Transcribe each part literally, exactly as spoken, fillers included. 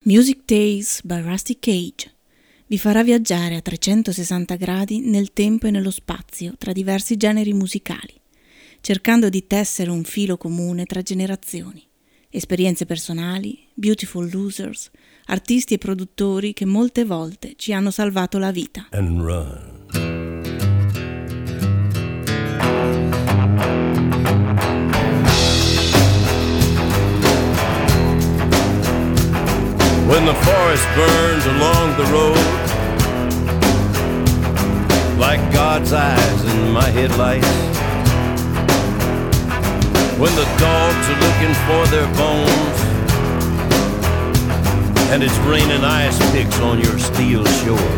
Music Days by Rusty Cage vi farà viaggiare a trecentosessanta gradi nel tempo e nello spazio tra diversi generi musicali, cercando di tessere un filo comune tra generazioni, esperienze personali, beautiful losers, artisti e produttori che molte volte ci hanno salvato la vita. And run. When the forest burns along the road, like God's eyes in my headlights, when the dogs are looking for their bones, and it's raining ice picks on your steel shore,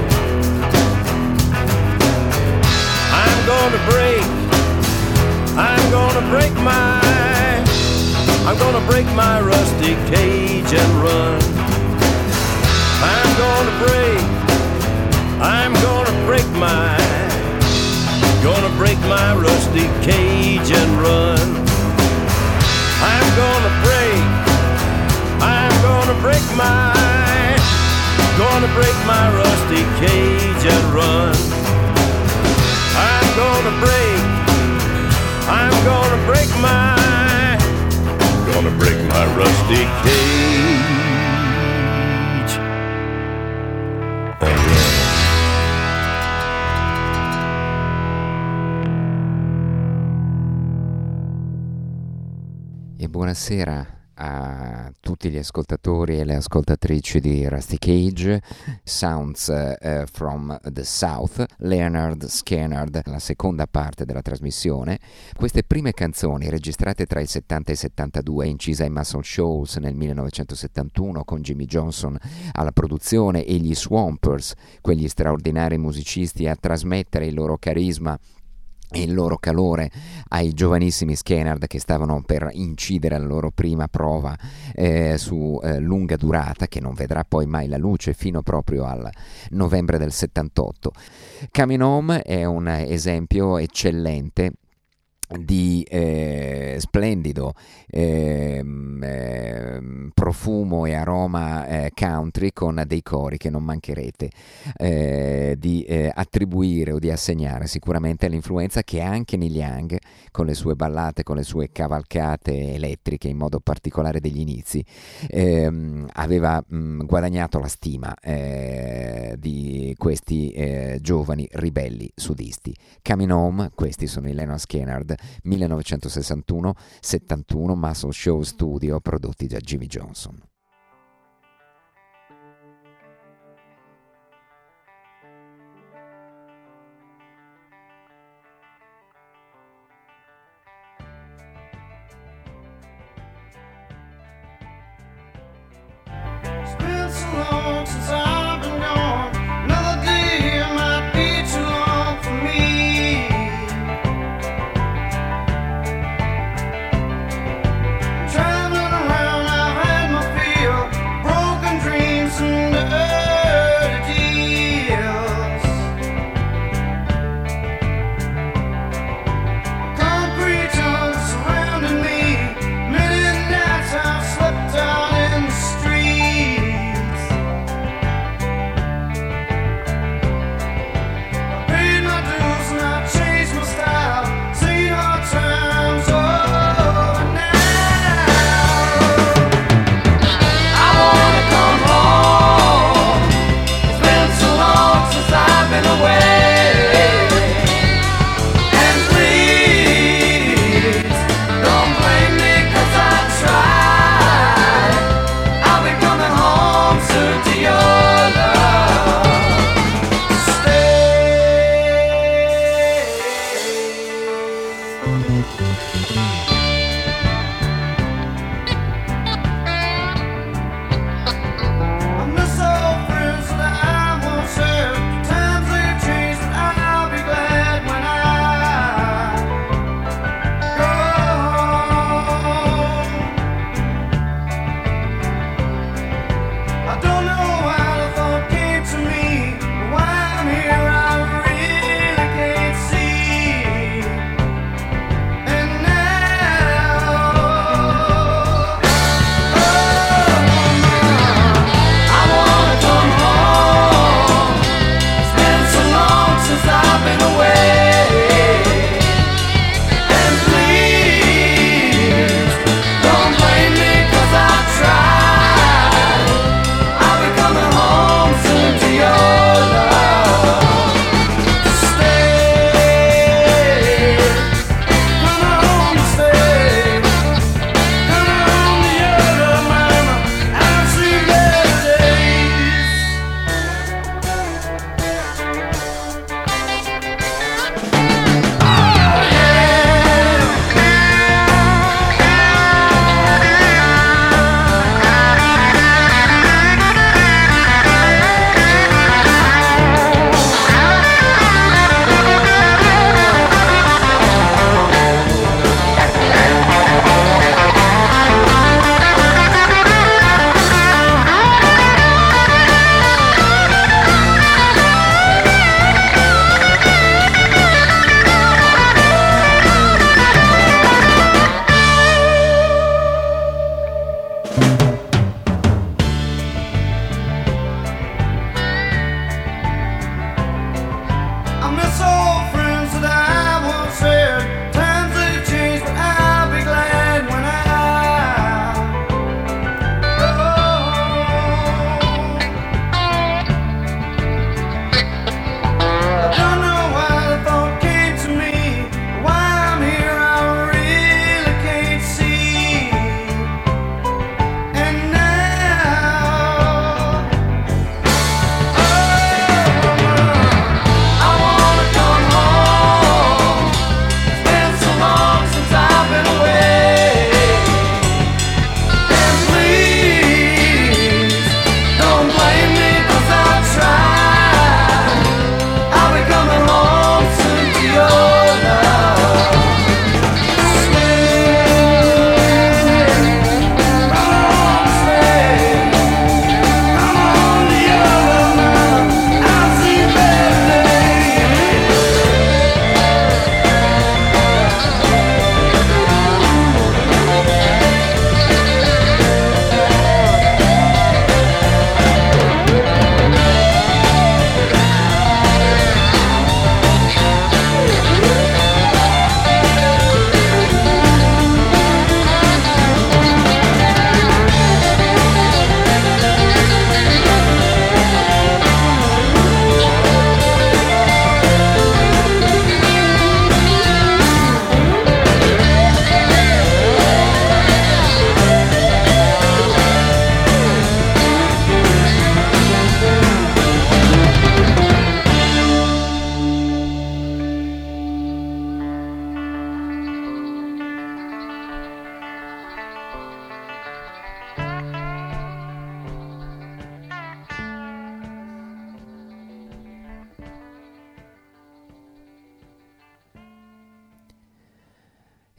I'm gonna break, I'm gonna break my, I'm gonna break my rusty cage and run. I'm gonna break, I'm gonna break my, gonna break my rusty cage and run. I'm gonna break, I'm gonna break my, gonna break my rusty cage and run. I'm gonna break, I'm gonna break my, gonna break my rusty cage. E buonasera a tutti gli ascoltatori e le ascoltatrici di Rusty Cage. Sounds uh, from the South, Leonard Skinner, la seconda parte della trasmissione. Queste prime canzoni registrate tra il settanta e il settantadue, incisa ai Muscle Shoals nel millenovecentosettantuno con Jimmy Johnson alla produzione e gli Swampers, quegli straordinari musicisti a trasmettere il loro carisma e il loro calore ai giovanissimi Skynyrd che stavano per incidere la loro prima prova eh, su eh, lunga durata, che non vedrà poi mai la luce fino proprio al novembre del settantotto. Coming Home è un esempio eccellente di eh, splendido eh, eh, profumo e aroma eh, country, con dei cori che non mancherete eh, di eh, attribuire o di assegnare sicuramente all'influenza che anche Neil Young, con le sue ballate, con le sue cavalcate elettriche, in modo particolare degli inizi, eh, aveva mh, guadagnato la stima eh, di questi eh, giovani ribelli sudisti. Coming Home, questi sono i Lynyrd Skynyrd, millenovecentosessantuno settantuno, Muscle Show Studio, prodotti da Jimmy Johnson. It's been so long since I've been gone. Another day might be too long for me.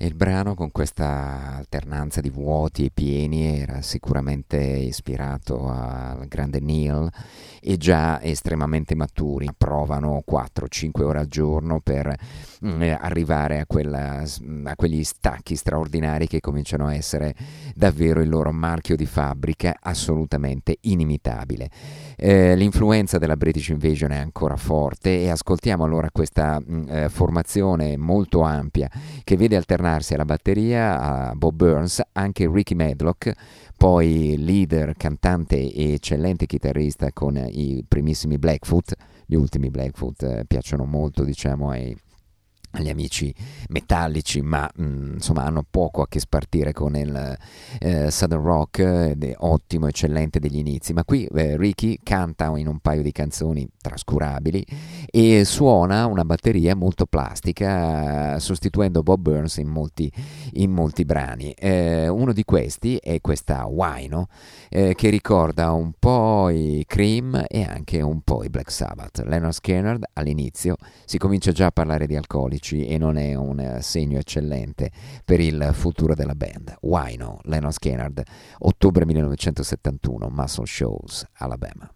E il brano, con questa alternanza di vuoti e pieni, era sicuramente ispirato al grande Neil e già estremamente maturi. Provano quattro cinque ore al giorno per eh, arrivare a, quella, a quegli stacchi straordinari che cominciano a essere davvero il loro marchio di fabbrica, assolutamente inimitabile. Eh, l'influenza della British Invasion è ancora forte, e ascoltiamo allora questa eh, formazione molto ampia che vede alternarsi alla batteria a Bob Burns anche Ricky Medlock, poi leader, cantante e eccellente chitarrista con i primissimi Blackfoot. Gli ultimi Blackfoot eh, piacciono molto, diciamo, ai agli amici metallici, ma mh, insomma hanno poco a che spartire con il eh, Southern Rock ed è ottimo, eccellente degli inizi. Ma qui eh, Ricky canta in un paio di canzoni trascurabili e suona una batteria molto plastica, eh, sostituendo Bob Burns in molti, in molti brani. Eh, uno di questi è questa Wino, eh, che ricorda un po' i Cream e anche un po' i Black Sabbath. Lynyrd Skynyrd all'inizio si comincia già a parlare di alcolici, e non è un segno eccellente per il futuro della band. Wino, Lynyrd Skynyrd, ottobre millenovecentosettantuno, Muscle Shoals, Alabama.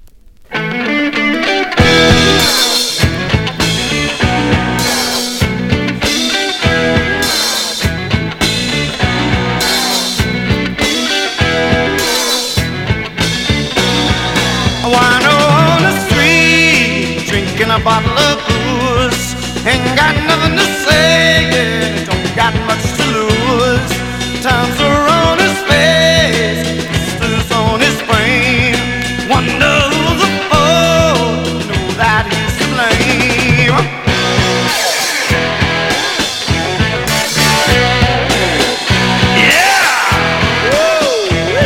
Wino on the street, drinking a bottle of booze. Ain't got nothing to say, yeah, don't got much to lose. Times are on his face, blisters on his brain. Wonder who's the fool to know that he's to blame. Yeah! Woo!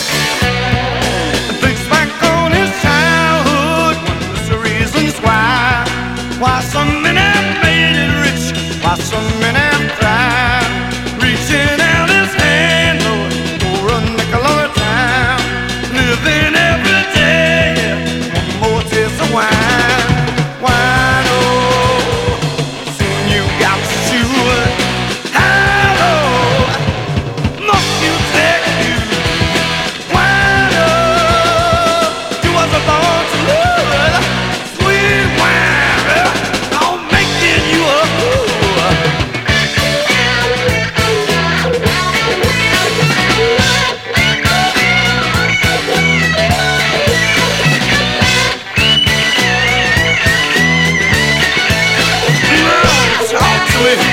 Thinks back on his childhood, wonders the reasons why. Why some men have made it rich, why some men have cried. Reaching out his hand, Lord, for a nickel or a dime. Living every day, one more taste of wine. Wine, oh, soon you got to choose. How low must you take you? Wine, oh, you was born to lose. Sweet wine, I'll make you a fool. Talk to it.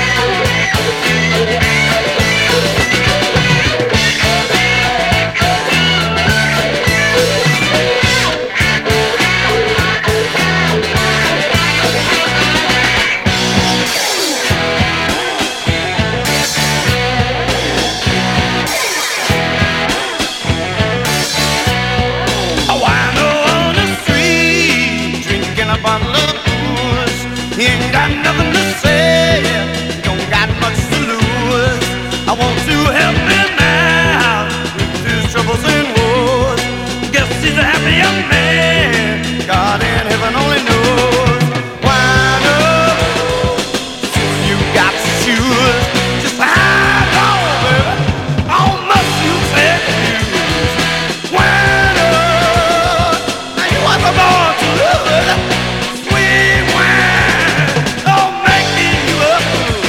A wino on the street, drinking a bottle of booze. He ain't got nothing to say, don't got much to lose. I want to help him out with his troubles and woes. Guess he's a happier man, God in heaven only knows. Wino, soon you got to choose. Just how long, baby, how much you take use. Wino, now you was born to lose. Sweet wine, oh, making you a fool.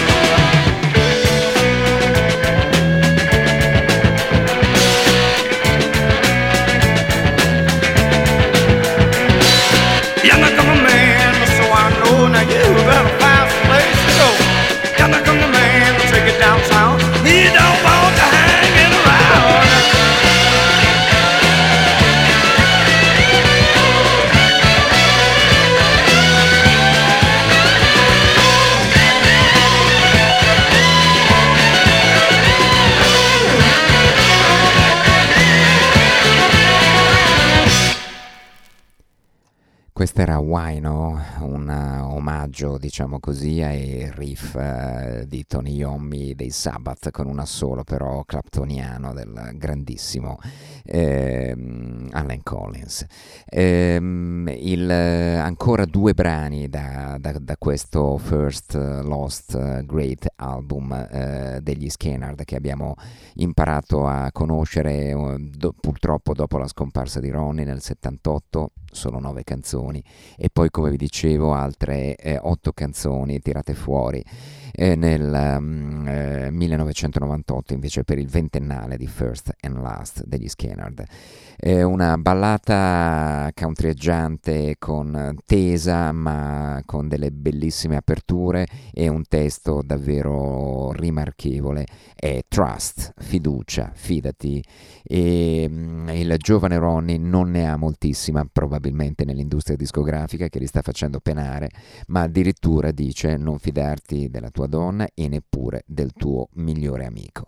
Questo era Wino, un uh, omaggio, diciamo così, ai riff uh, di Tony Iommi dei Sabbath, con un assolo però claptoniano del grandissimo ehm, Allen Collins. Ehm, il, uh, ancora due brani da, da, da questo First Lost Great Album uh, degli Skynyrd, che abbiamo imparato a conoscere uh, do, purtroppo dopo la scomparsa di Ronnie nel settantotto. Solo nove canzoni, e poi, come vi dicevo, altre eh, otto canzoni tirate fuori eh, nel um, eh, millenovecentonovantotto, invece, per il ventennale di First and Last degli Skynyrd. È una ballata countryeggiante con tesa, ma con delle bellissime aperture, e un testo davvero rimarchevole. È Trust, fiducia, fidati, e um, il giovane Ronnie non ne ha moltissima, probabilmente, nell'industria discografica, che li sta facendo penare, ma addirittura dice: non fidarti della tua donna e neppure del tuo migliore amico.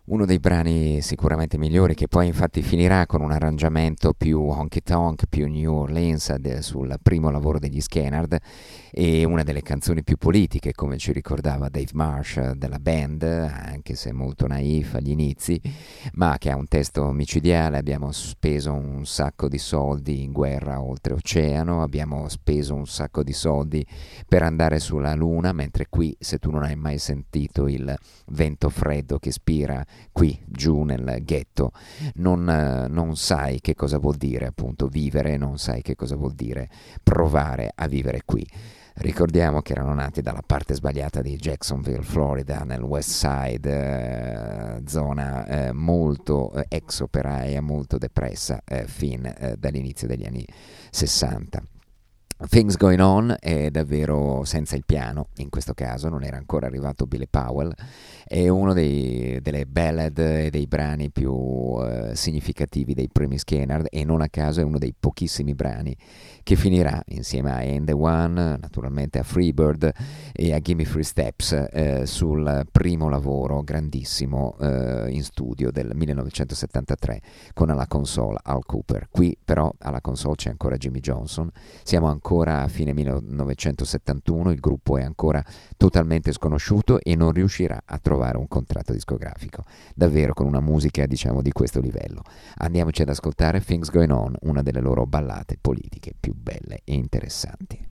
Uno dei brani sicuramente migliori, che poi infatti finirà con un arrangiamento più honky tonk, più New Orleans de, sul primo lavoro degli Skynyrd, e una delle canzoni più politiche, come ci ricordava Dave Marsh della band, anche se molto naif agli inizi, ma che ha un testo micidiale. Abbiamo speso un sacco di soldi in guerra oltreoceano, abbiamo speso un sacco di soldi per andare sulla Luna, mentre qui, se tu non hai mai sentito il vento freddo che spira qui giù nel ghetto, non, eh, non sai che cosa vuol dire appunto vivere, non sai che cosa vuol dire provare a vivere qui. Ricordiamo che erano nati dalla parte sbagliata di Jacksonville, Florida, nel West Side, eh, zona eh, molto eh, ex operaia, molto depressa eh, fin eh, dall'inizio degli anni sessanta. Things Going On è davvero senza il piano, in questo caso non era ancora arrivato Billy Powell, è uno dei, delle ballad e dei brani più uh, significativi dei primi Skynyrd, e non a caso è uno dei pochissimi brani che finirà insieme a And the One, naturalmente a Freebird e a Gimme Free Steps eh, sul primo lavoro grandissimo eh, in studio del millenovecentosettantatré con alla console Al Cooper. Qui però alla console c'è ancora Jimmy Johnson, siamo ancora a fine millenovecentosettantuno, il gruppo è ancora totalmente sconosciuto e non riuscirà a trovare un contratto discografico, davvero con una musica diciamo di questo livello. Andiamoci ad ascoltare Things Going On, una delle loro ballate politiche più belle e interessanti.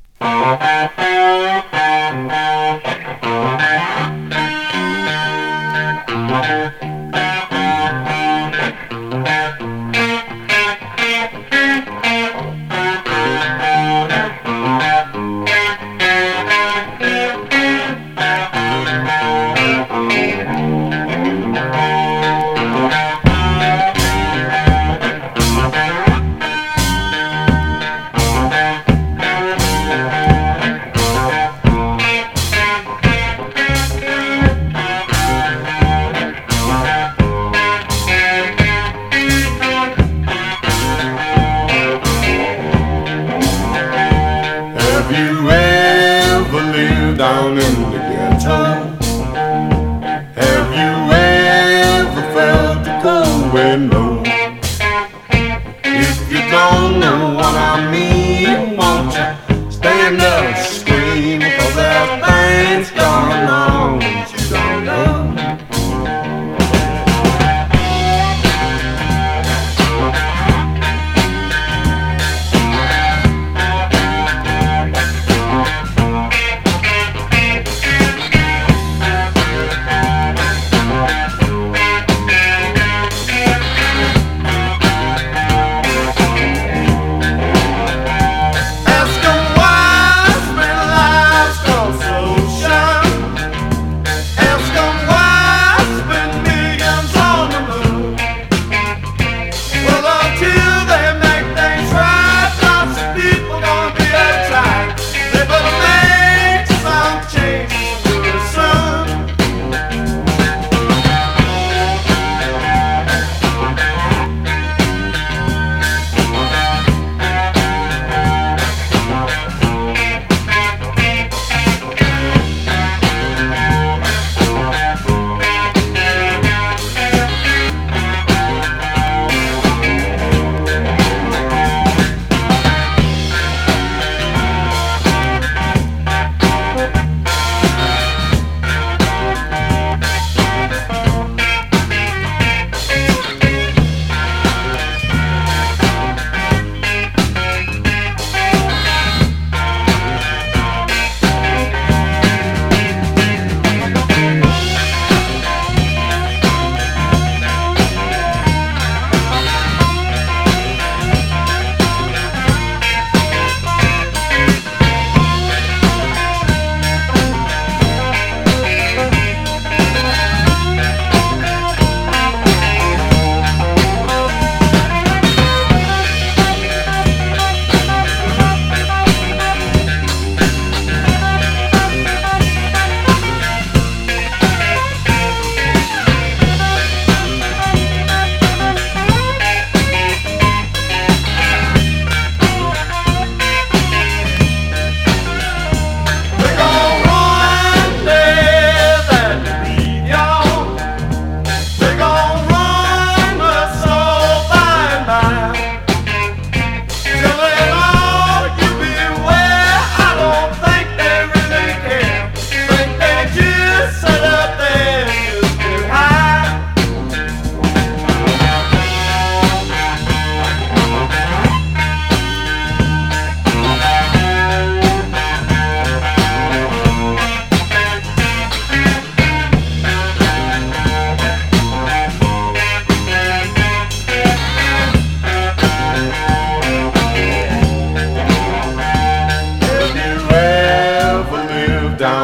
Down in the ghetto, have you ever felt the cold wind blow? If you don't know what I mean, won't you stand up, scream, 'cause there's things going on that you don't know.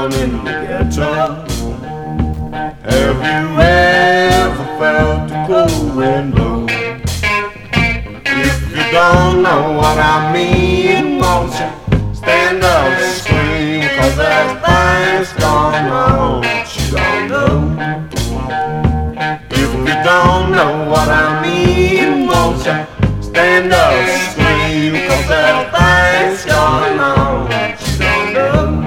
down in the ghetto. Have you ever felt the cold wind blow? If you don't know what I mean, won't you stand up and scream? Cause there's things going on that you don't know. If you don't know what I mean, won't you stand up and scream? Cause there's things going on that you don't know.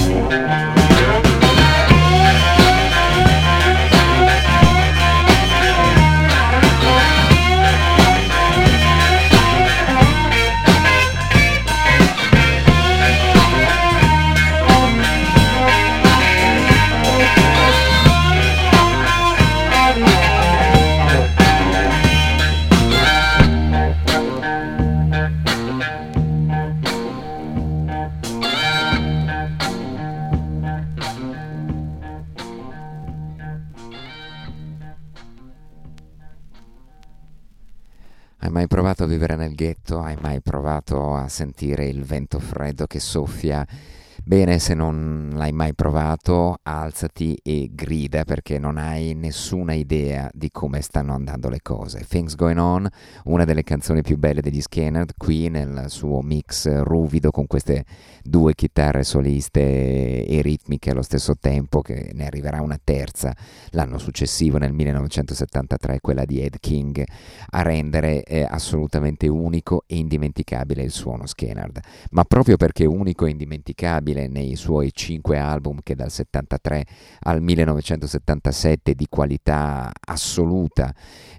Hai mai provato a vivere nel ghetto? Hai mai provato a sentire il vento freddo che soffia? Bene, se non l'hai mai provato, alzati e grida perché non hai nessuna idea di come stanno andando le cose. Things Going On, una delle canzoni più belle degli Skynyrd, qui nel suo mix ruvido con queste due chitarre soliste e ritmiche allo stesso tempo, che ne arriverà una terza l'anno successivo, nel millenovecentosettantatré, quella di Ed King, a rendere eh, assolutamente unico e indimenticabile il suono Skynyrd. Ma proprio perché unico e indimenticabile nei suoi cinque album, che dal settantatré al millenovecentosettantasette di qualità assoluta,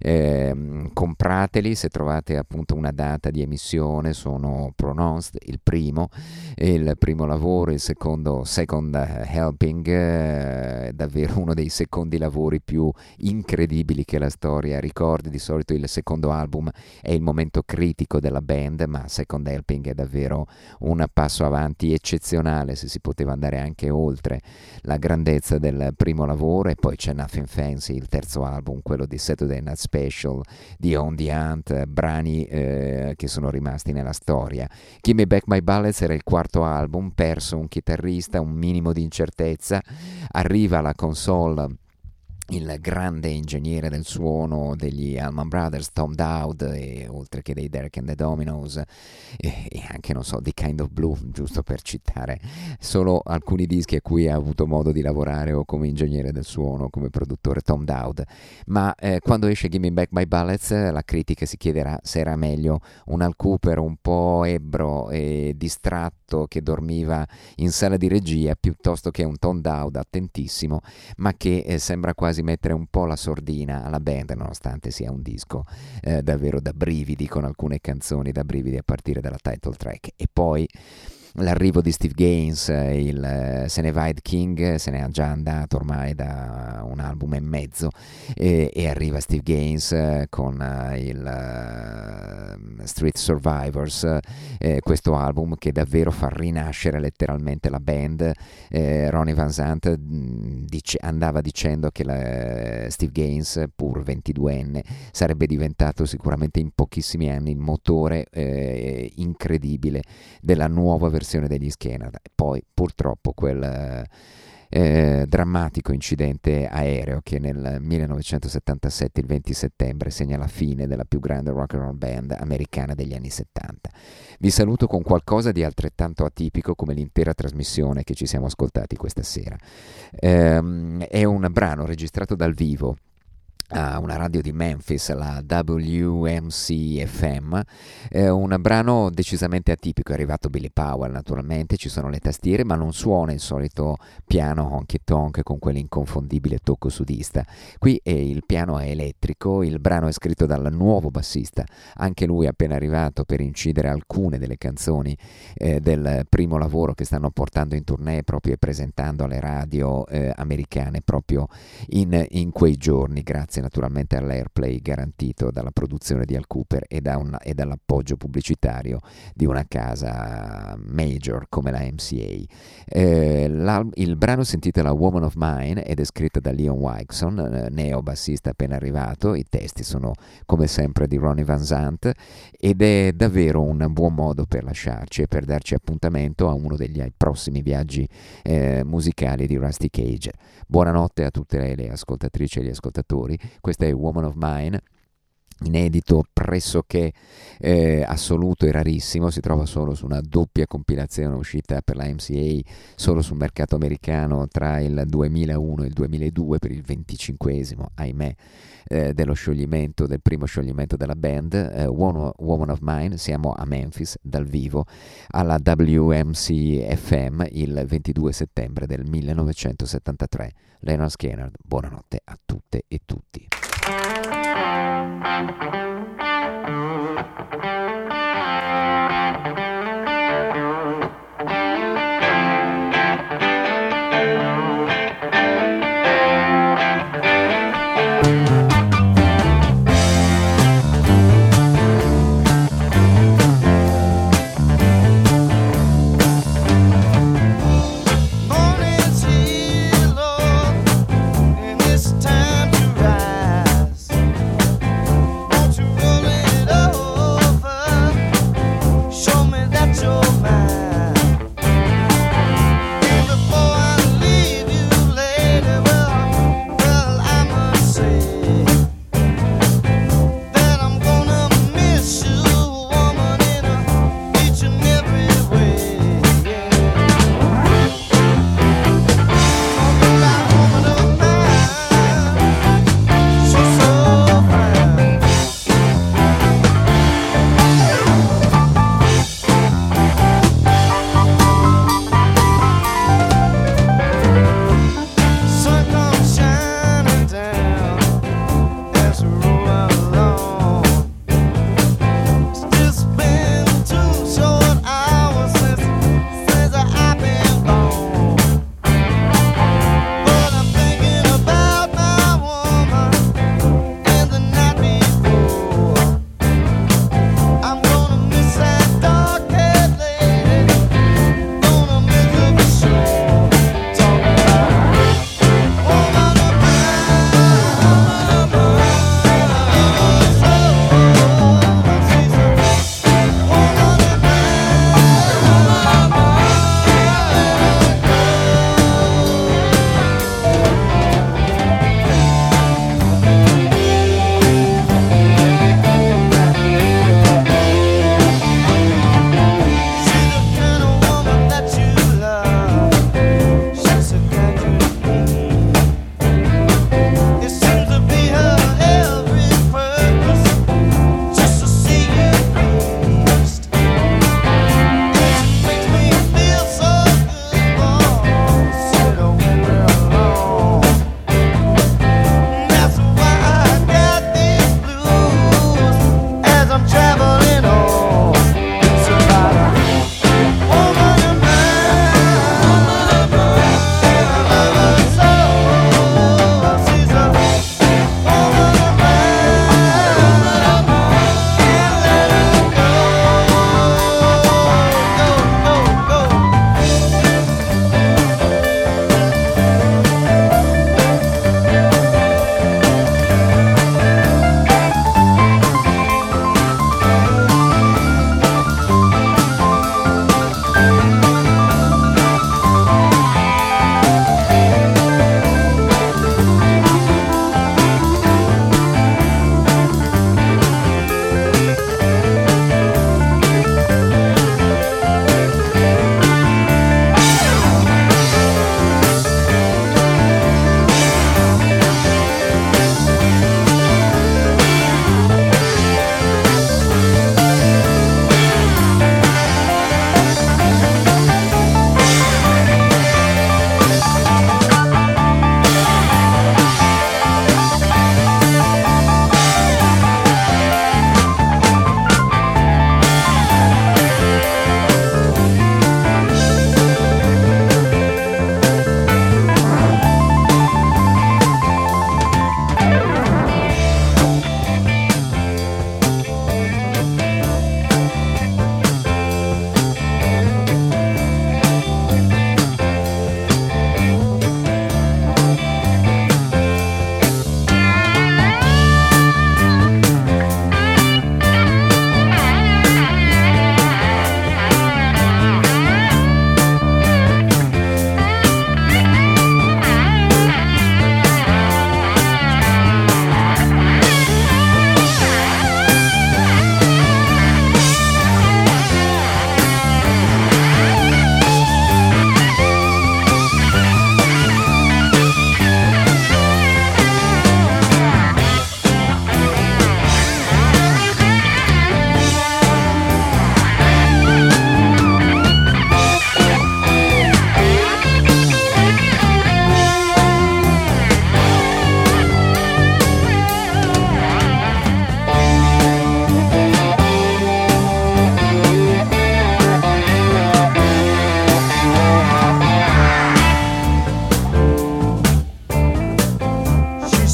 eh, comprateli se trovate appunto una data di emissione, sono Pronounced, il primo, il primo lavoro, il secondo Second Helping, eh, davvero uno dei secondi lavori più incredibili che la storia ricordi. Di solito il secondo album è il momento critico della band, ma Second Helping è davvero un passo avanti eccezionale, se si poteva andare anche oltre la grandezza del primo lavoro. E poi c'è Nothing Fancy, il terzo album, quello di Saturday Night Special, di On the Hunt, brani eh, che sono rimasti nella storia. Give Me Back My Ballads era il quarto album, perso un chitarrista, un minimo di incertezza, arriva alla console il grande ingegnere del suono degli Allman Brothers, Tom Dowd, e oltre che dei Derek and the Dominos, e, e anche, non so, The Kind of Blue, giusto per citare solo alcuni dischi a cui ha avuto modo di lavorare o come ingegnere del suono o come produttore Tom Dowd. Ma eh, quando esce Give Me Back My Ballads, la critica si chiederà se era meglio un Al Cooper un po' ebbro e distratto che dormiva in sala di regia, piuttosto che un Tom Dowd attentissimo ma che eh, sembra quasi mettere un po' la sordina alla band, nonostante sia un disco eh, davvero da brividi, con alcune canzoni da brividi a partire dalla title track. E poi l'arrivo di Steve Gaines, il, uh, se ne va Ed King, se ne è già andato ormai da un album e mezzo, e, e arriva Steve Gaines uh, con uh, il uh, Street Survivors, uh, questo album che davvero fa rinascere letteralmente la band. uh, Ronnie Van Zant dice, andava dicendo che la, Steve Gaines, pur ventiduenne, sarebbe diventato sicuramente in pochissimi anni il motore uh, incredibile della nuova versione degli Skynyrd. Poi purtroppo quel eh, drammatico incidente aereo che nel millenovecentosettantasette, il venti settembre, segna la fine della più grande rock and roll band americana degli anni settanta. Vi saluto con qualcosa di altrettanto atipico come l'intera trasmissione che ci siamo ascoltati questa sera. Ehm, è un brano registrato dal vivo a una radio di Memphis, la W M C F M, eh, un brano decisamente atipico. È arrivato Billy Powell, naturalmente, ci sono le tastiere, ma non suona il solito piano honky tonk con quell'inconfondibile tocco sudista. Qui è, il piano è elettrico, il brano è scritto dal nuovo bassista, anche lui appena arrivato per incidere alcune delle canzoni eh, del primo lavoro che stanno portando in tournée proprio e presentando alle radio eh, americane proprio in, in quei giorni, grazie grazie naturalmente all'airplay garantito dalla produzione di Al Kooper e, da un, e dall'appoggio pubblicitario di una casa major come la M C A. Eh, il brano si intitola Woman of Mine ed è scritto da Leon Wykson, eh, neo bassista appena arrivato. I testi sono come sempre di Ronnie Van Zant ed è davvero un buon modo per lasciarci e per darci appuntamento a uno degli prossimi viaggi eh, musicali di Rusty Cage. Buonanotte a tutte le, le ascoltatrici e gli ascoltatori. Questa è Woman of Mine, inedito pressoché eh, assoluto e rarissimo, si trova solo su una doppia compilazione uscita per la M C A solo sul mercato americano tra il duemilauno e il duemiladue per il venticinquesimo, ahimè, eh, dello scioglimento, del primo scioglimento della band. eh, Woman of Mine. Siamo a Memphis dal vivo alla W M C F M il ventidue settembre del millenovecentosettantatré. Leonard Skinner, buonanotte a tutte e tutti. Time to rise. Won't you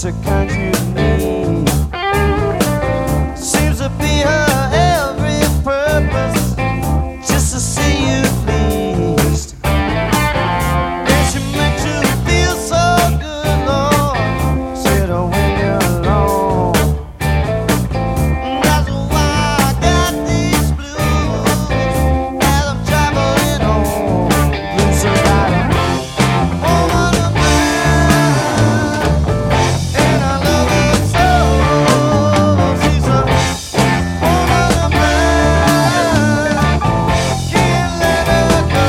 so kind to me. Seems to be her every purpose, just to see you pleased. And she makes you feel so good, Lord, said oh, when you're alone. That's why I got these blues as I'm traveling home. Blues about a woman of mine, and I love her so. She's a woman of mine, can't let her go.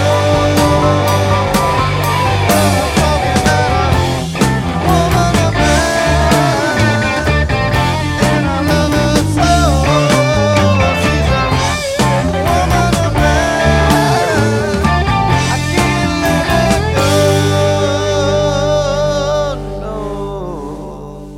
I'm talking about a woman of mine, and I love her so. She's a woman of mine, I can't let her go. No.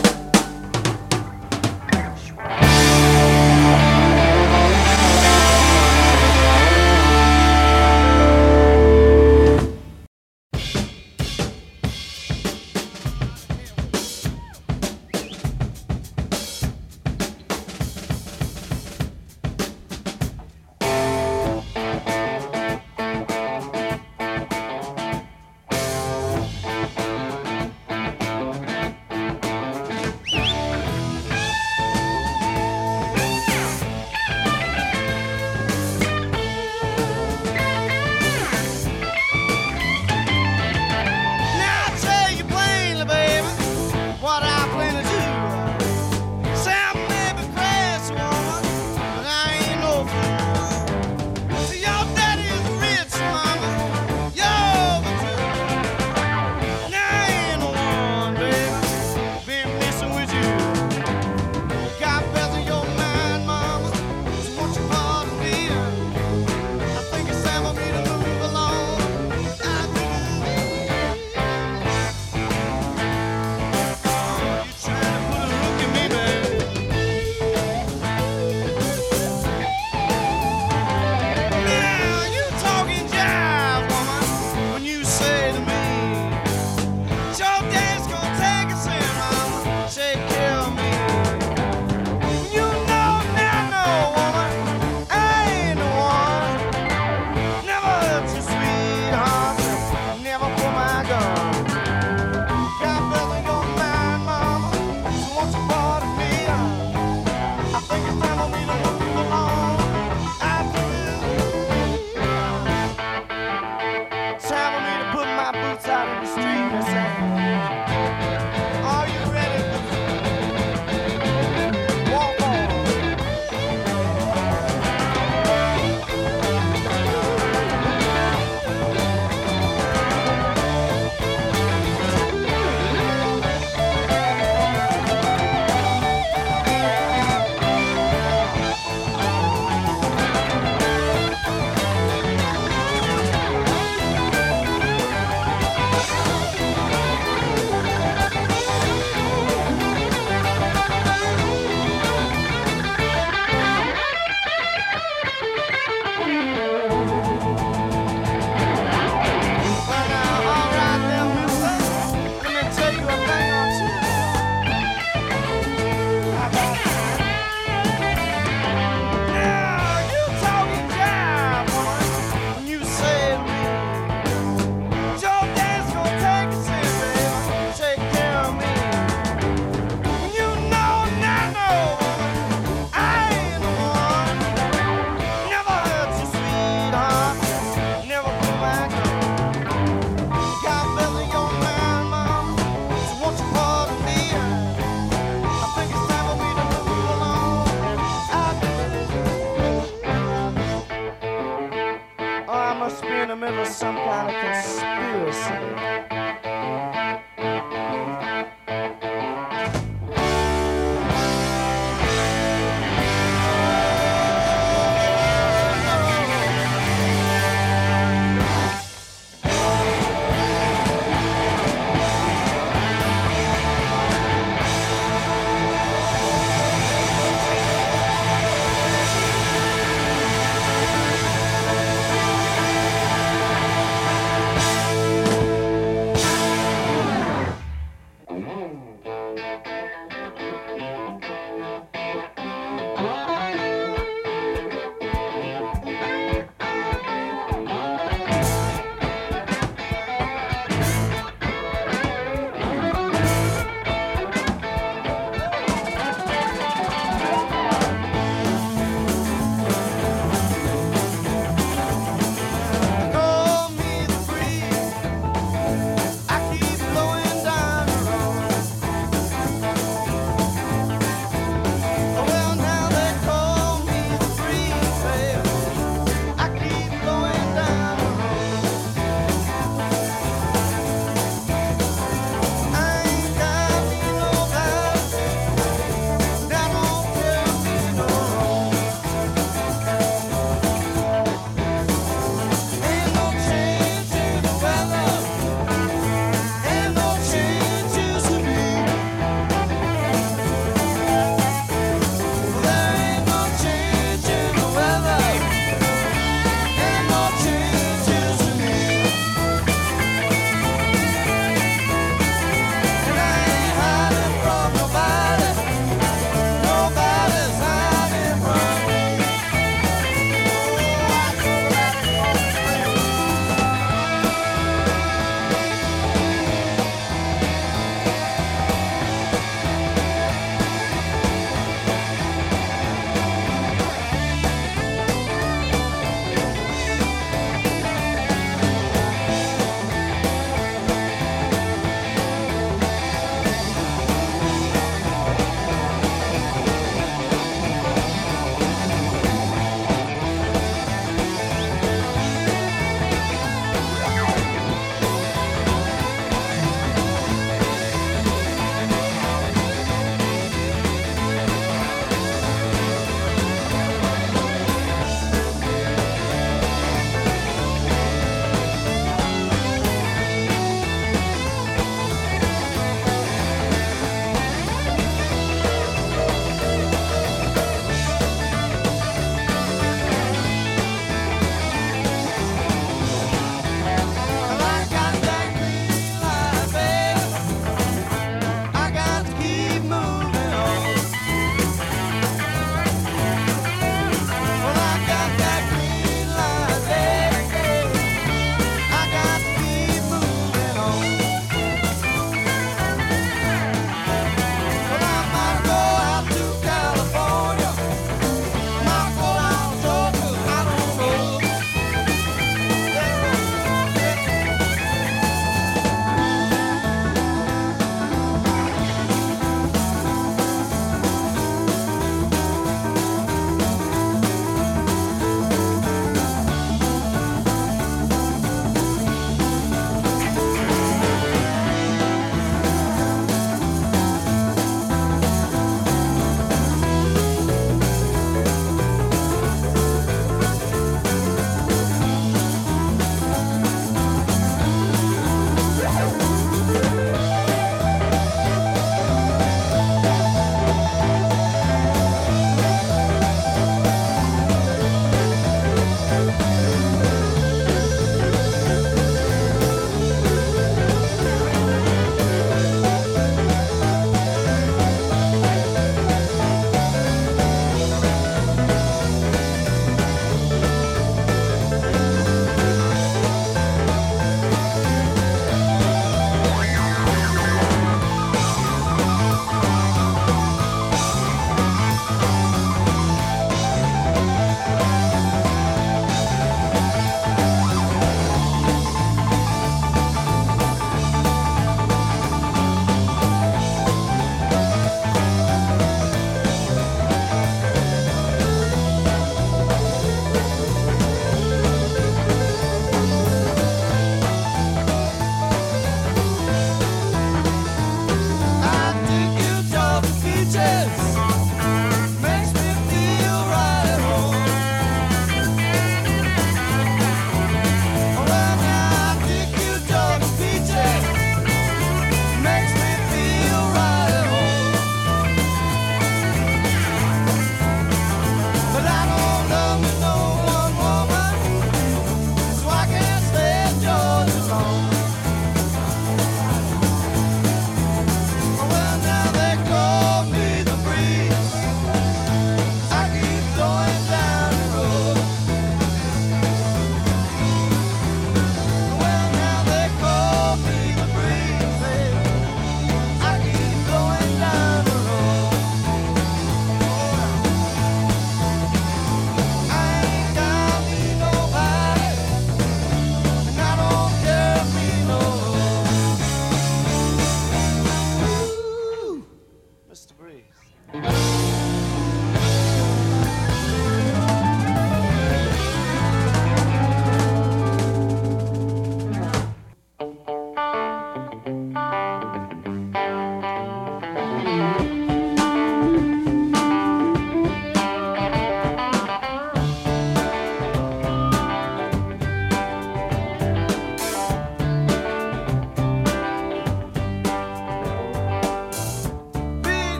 Now I tell you plainly, baby, what I plan to do. Say I may be crazy, woman, but I ain't no fool. See, your daddy is rich, mama, you're overdue. Now I ain't the one, baby, been messing with you. Got best of your mind, mama, so won't you pardon me? I think it's time for me to move along. I do. You trying to put a hook in me, baby? Now you talking jive, woman, when you say to me, your dad's gonna take us in, mama, take care of me. You know now, no, woman, I ain't the one. Never hurt you, sweetheart, never pull my gun. Got better your mind, mama, so won't you pardon me? I think it's time for me to move along. I do. Time for me to put my boots out in the street and say, are you ready? Walk on. Well, now, all right then, mister, let me tell you a thing or two. Now, you talking jive, woman, when you say to me, your dad's gonna take us in, baby, take care of me. You know, now, no, woman, I ain't the one. Never hurt you, sweetheart, never pull my gun. Got better your mind, mama, so won't you pardon me? I think it's time for me to move along. I Oh, I must be in the middle of some kind of conspiracy.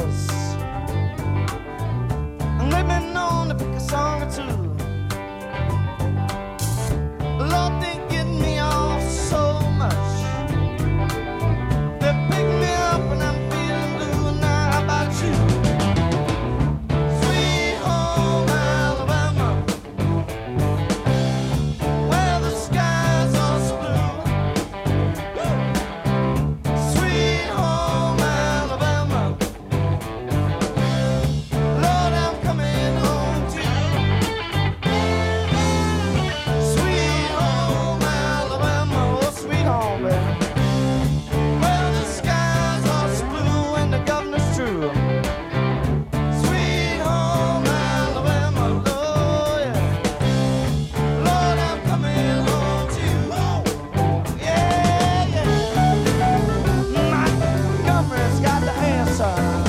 hours. And they've been known to pick a song or two. Lord, they get me off so much. They pick me up and I'm feeling blue. Now how about you? Sweet home Alabama, where the skies are so blue. Sweet home Alabama, Lord, I'm coming home to you. Sweet home Alabama, oh sweet home, baby, where the skies are so blue and the governor's true. Sweet home Alabama, Lord, yeah. Lord, I'm coming home to you. Oh, yeah, yeah. Montgomery's got the answer.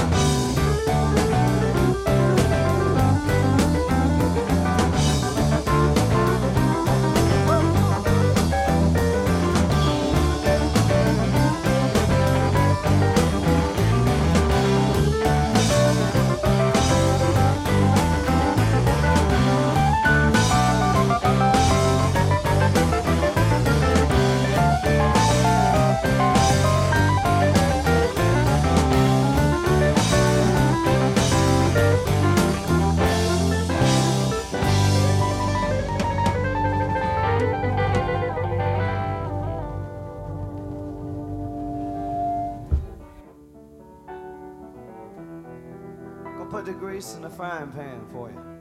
Go put the grease in the frying pan for you.